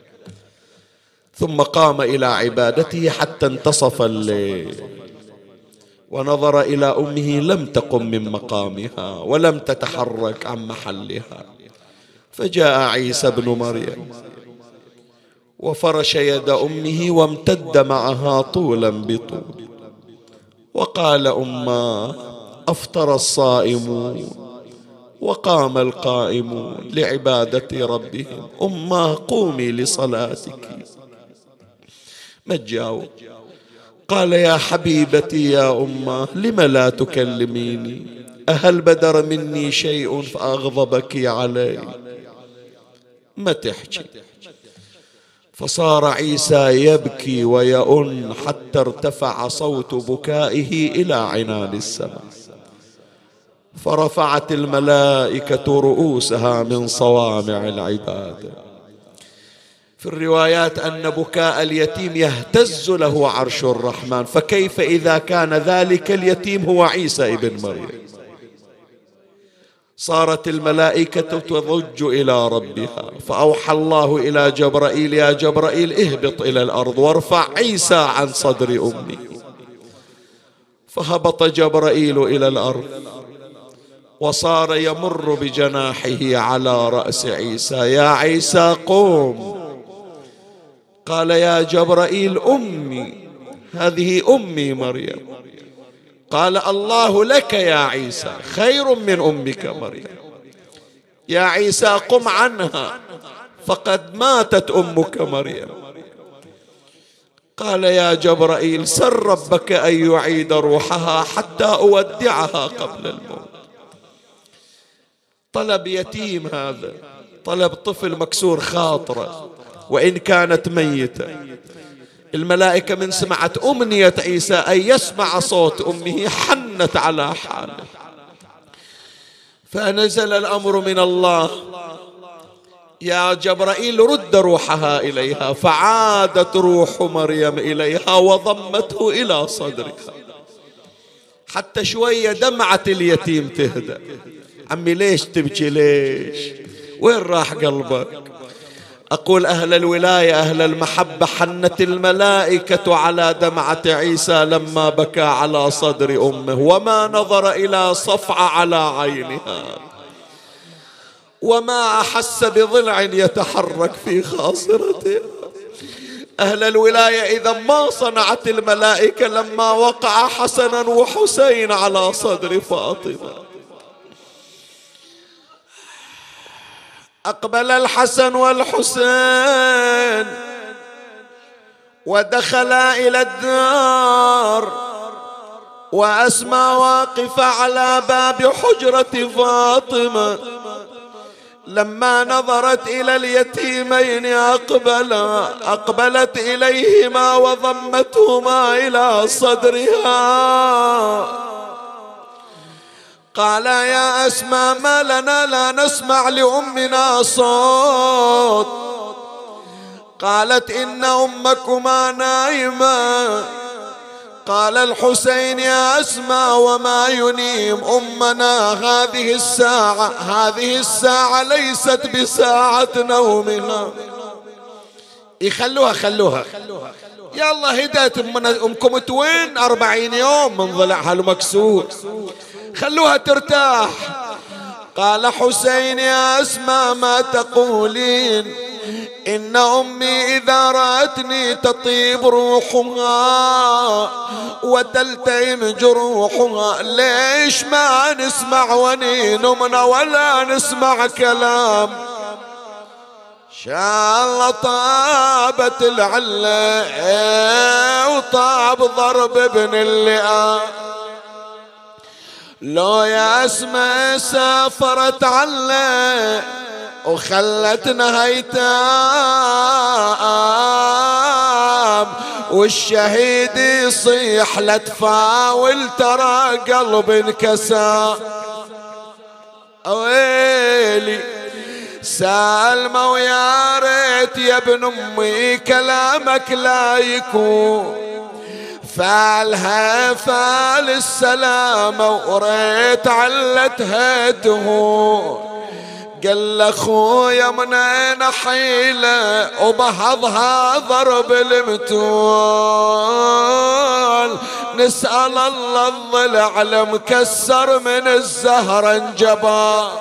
ثم قام إلى عبادته حتى انتصف الليل، ونظر إلى أمه لم تقم من مقامها ولم تتحرك عن محلها. فجاء عيسى بن مريم وفرش يد أمه وامتد معها طولا بطول، وقال أماه أفطر الصائمون وقام القائمون لعبادة ربهم، أماه قومي لصلاتك. ما تجاوب. قال يا حبيبتي يا أمه لم لا تكلميني، أهل بدر مني شيء فأغضبك علي؟ ما تحكي. فصار عيسى يبكي ويئن حتى ارتفع صوت بكائه إلى عنان السماء، فرفعت الملائكة رؤوسها من صوامع العبادة. في الروايات أن بكاء اليتيم يهتز له عرش الرحمن، فكيف إذا كان ذلك اليتيم هو عيسى ابن مريم؟ صارت الملائكة تضج إلى ربها، فأوحى الله إلى جبرائيل يا جبرائيل اهبط إلى الأرض وارفع عيسى عن صدر أمه. فهبط جبرائيل إلى الأرض وصار يمر بجناحه على رأس عيسى، يا عيسى قوم. قال يا جبرائيل أمي، هذه أمي مريم. قال الله لك يا عيسى خير من أمك مريم، يا عيسى قم عنها فقد ماتت أمك مريم. قال يا جبرائيل سل ربك أن يعيد روحها حتى أودعها قبل الموت. طلب يتيم هذا، طلب طفل مكسور خاطره وإن كانت ميتة. الملائكة من سمعت أمنية عيسى أن يسمع صوت أمه حنت على حاله، فنزل الأمر من الله يا جبرائيل رد روحها إليها، فعادت روح مريم إليها وضمته إلى صدرها حتى شوية دمعة اليتيم تهدأ. عمي ليش تبكي، ليش، وين راح قلبك؟ أقول أهل الولاية أهل المحبة حنت الملائكة على دمعة عيسى لما بكى على صدر أمه، وما نظر إلى صفعة على عينها، وما أحس بضلع يتحرك في خاصرته. أهل الولاية إذا ما صنعت الملائكة لما وقع حسنا وحسين على صدر فاطمة. أقبل الحسن والحسين ودخلا إلى الدار، وأسمى واقفة على باب حجرة فاطمة. لما نظرت إلى اليتيمين أقبلت إليهما وضمتهما إلى صدرها. قال يا أسماء ما لنا لا نسمع لأمنا صوت؟ قالت إن أمكما نائمة. قال الحسين يا أسماء وما ينيم أمنا هذه الساعة ليست بساعة نومها. خلوها يلا هدت أمكم توين 40 يوم من ضلعها المكسور، خلوها ترتاح. قال حسين يا أسماء ما تقولين؟ إن أمي إذا رأتني تطيب روحها وتلتئم جروحها. ليش ما نسمع ونينمنا ولا نسمع كلام؟ شاء الله طابت العلة وطاب ضرب ابن اللئام. لو يا أسماء سافرت علة وخلتنا هيتام والشهيد يصيح لا تفاول ترى قلب انكسى. ويلي سالمة ويا ريت يا ابن امي كلامك لا يكون فالها فال السلامة وريت علتها دهون. قال لاخويا من اين حيله وبهضها ضرب المتول. نسأل الله الضلع لمكسر من الزهر انجبا.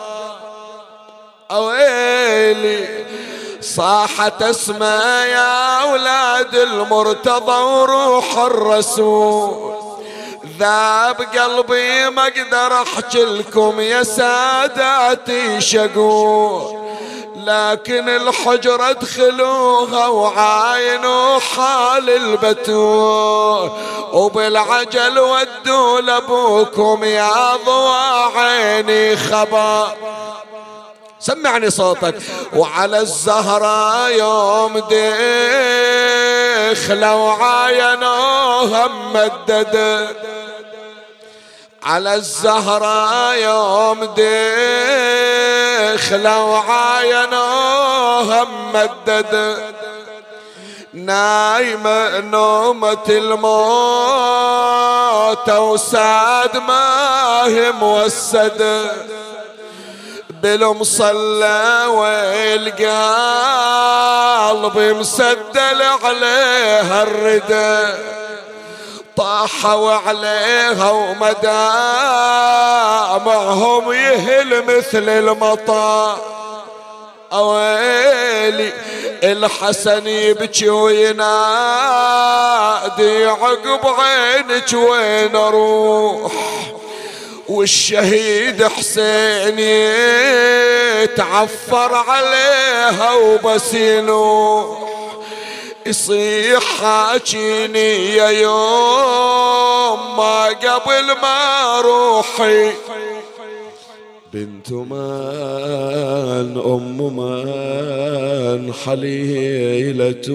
اويلي صاحت اسماء يا اولاد المرتضى وروح الرسول. ذاب قلبي ما اقدر احكي لكم يا ساداتي شقول، لكن الحجرة ادخلوها وعاينوا حال البتول وبالعجل ودوا لابوكم يا ضوا عيني خبا. سمعني صوتك. وعلى الزهرة يوم دخلوا عاينوها ممددة. على الزهرة يوم دخلوا عاينوها ممددة. نايمة نومة الموت وساد ما هي موسدة. بالمصلى والقلب مسدل عليها الردى. طاحوا عليها ومدامعهم يهل مثل المطر. اويلي الحسن يبكي وينادي عقب عينك وين اروح؟ والشهيد حسين يتعفر عليها وبس ينوح. يصيح حاجيني يا يوم ما قبل ما روحي. بنت من أم من حليلة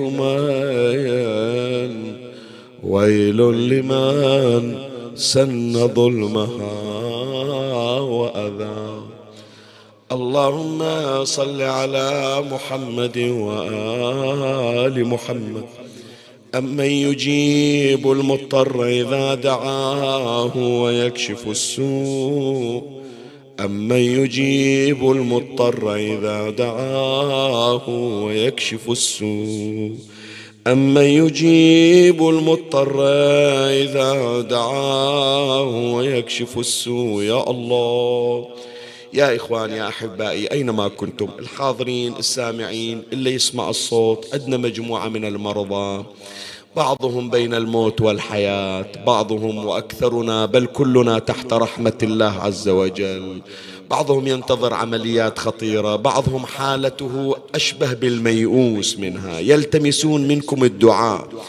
من ويل لمن سن ظلمها وأذى. اللهم صل على محمد وآل محمد. أمن يجيب المضطر إذا دعاه ويكشف السوء. أمن يجيب المضطر إذا دعاه ويكشف السوء. أمن يجيب المضطر إذا دعاه ويكشف السوء. يا الله يا إخواني يا أحبائي أينما كنتم، الحاضرين السامعين اللي يسمع الصوت، عندنا مجموعة من المرضى بعضهم بين الموت والحياة، بعضهم وأكثرنا بل كلنا تحت رحمة الله عز وجل، بعضهم ينتظر عمليات خطيرة، بعضهم حالته أشبه بالميؤوس منها، يلتمسون منكم الدعاء.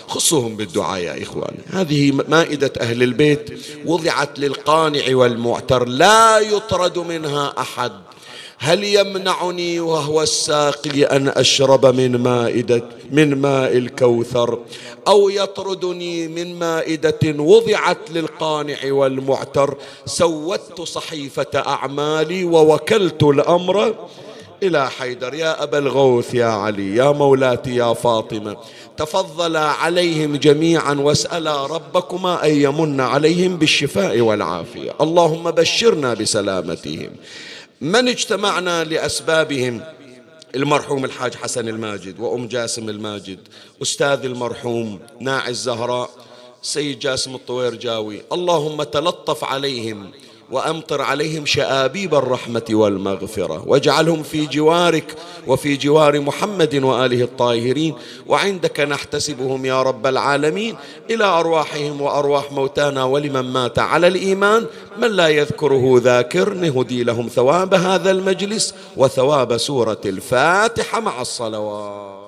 خصوهم بالدعاء يا إخواني. هذه مائدة أهل البيت وضعت للقانع والمعتر، لا يطرد منها أحد. هل يمنعني وهو الساقي أن أشرب من ماء الكوثر، أو يطردني من مائدة وضعت للقانع والمعتر؟ سودت صحيفة أعمالي ووكلت الأمر إلى حيدر. يا أبا الغوث يا علي، يا مولاتي يا فاطمة، تفضلا عليهم جميعا واسألا ربكما أن يمن عليهم بالشفاء والعافية. اللهم بشرنا بسلامتهم. من اجتمعنا لأسبابهم؟ المرحوم الحاج حسن الماجد وأم جاسم الماجد، أستاذ المرحوم ناعي الزهراء، سيد جاسم الطويرجاوي. اللهم تلطف عليهم وأمطر عليهم شآبيب الرحمة والمغفرة، واجعلهم في جوارك وفي جوار محمد وآله الطاهرين، وعندك نحتسبهم يا رب العالمين، إلى أرواحهم وأرواح موتانا ولمن مات على الإيمان. من لا يذكره ذاكر نهدي لهم ثواب هذا المجلس وثواب سورة الفاتحة مع الصلوات.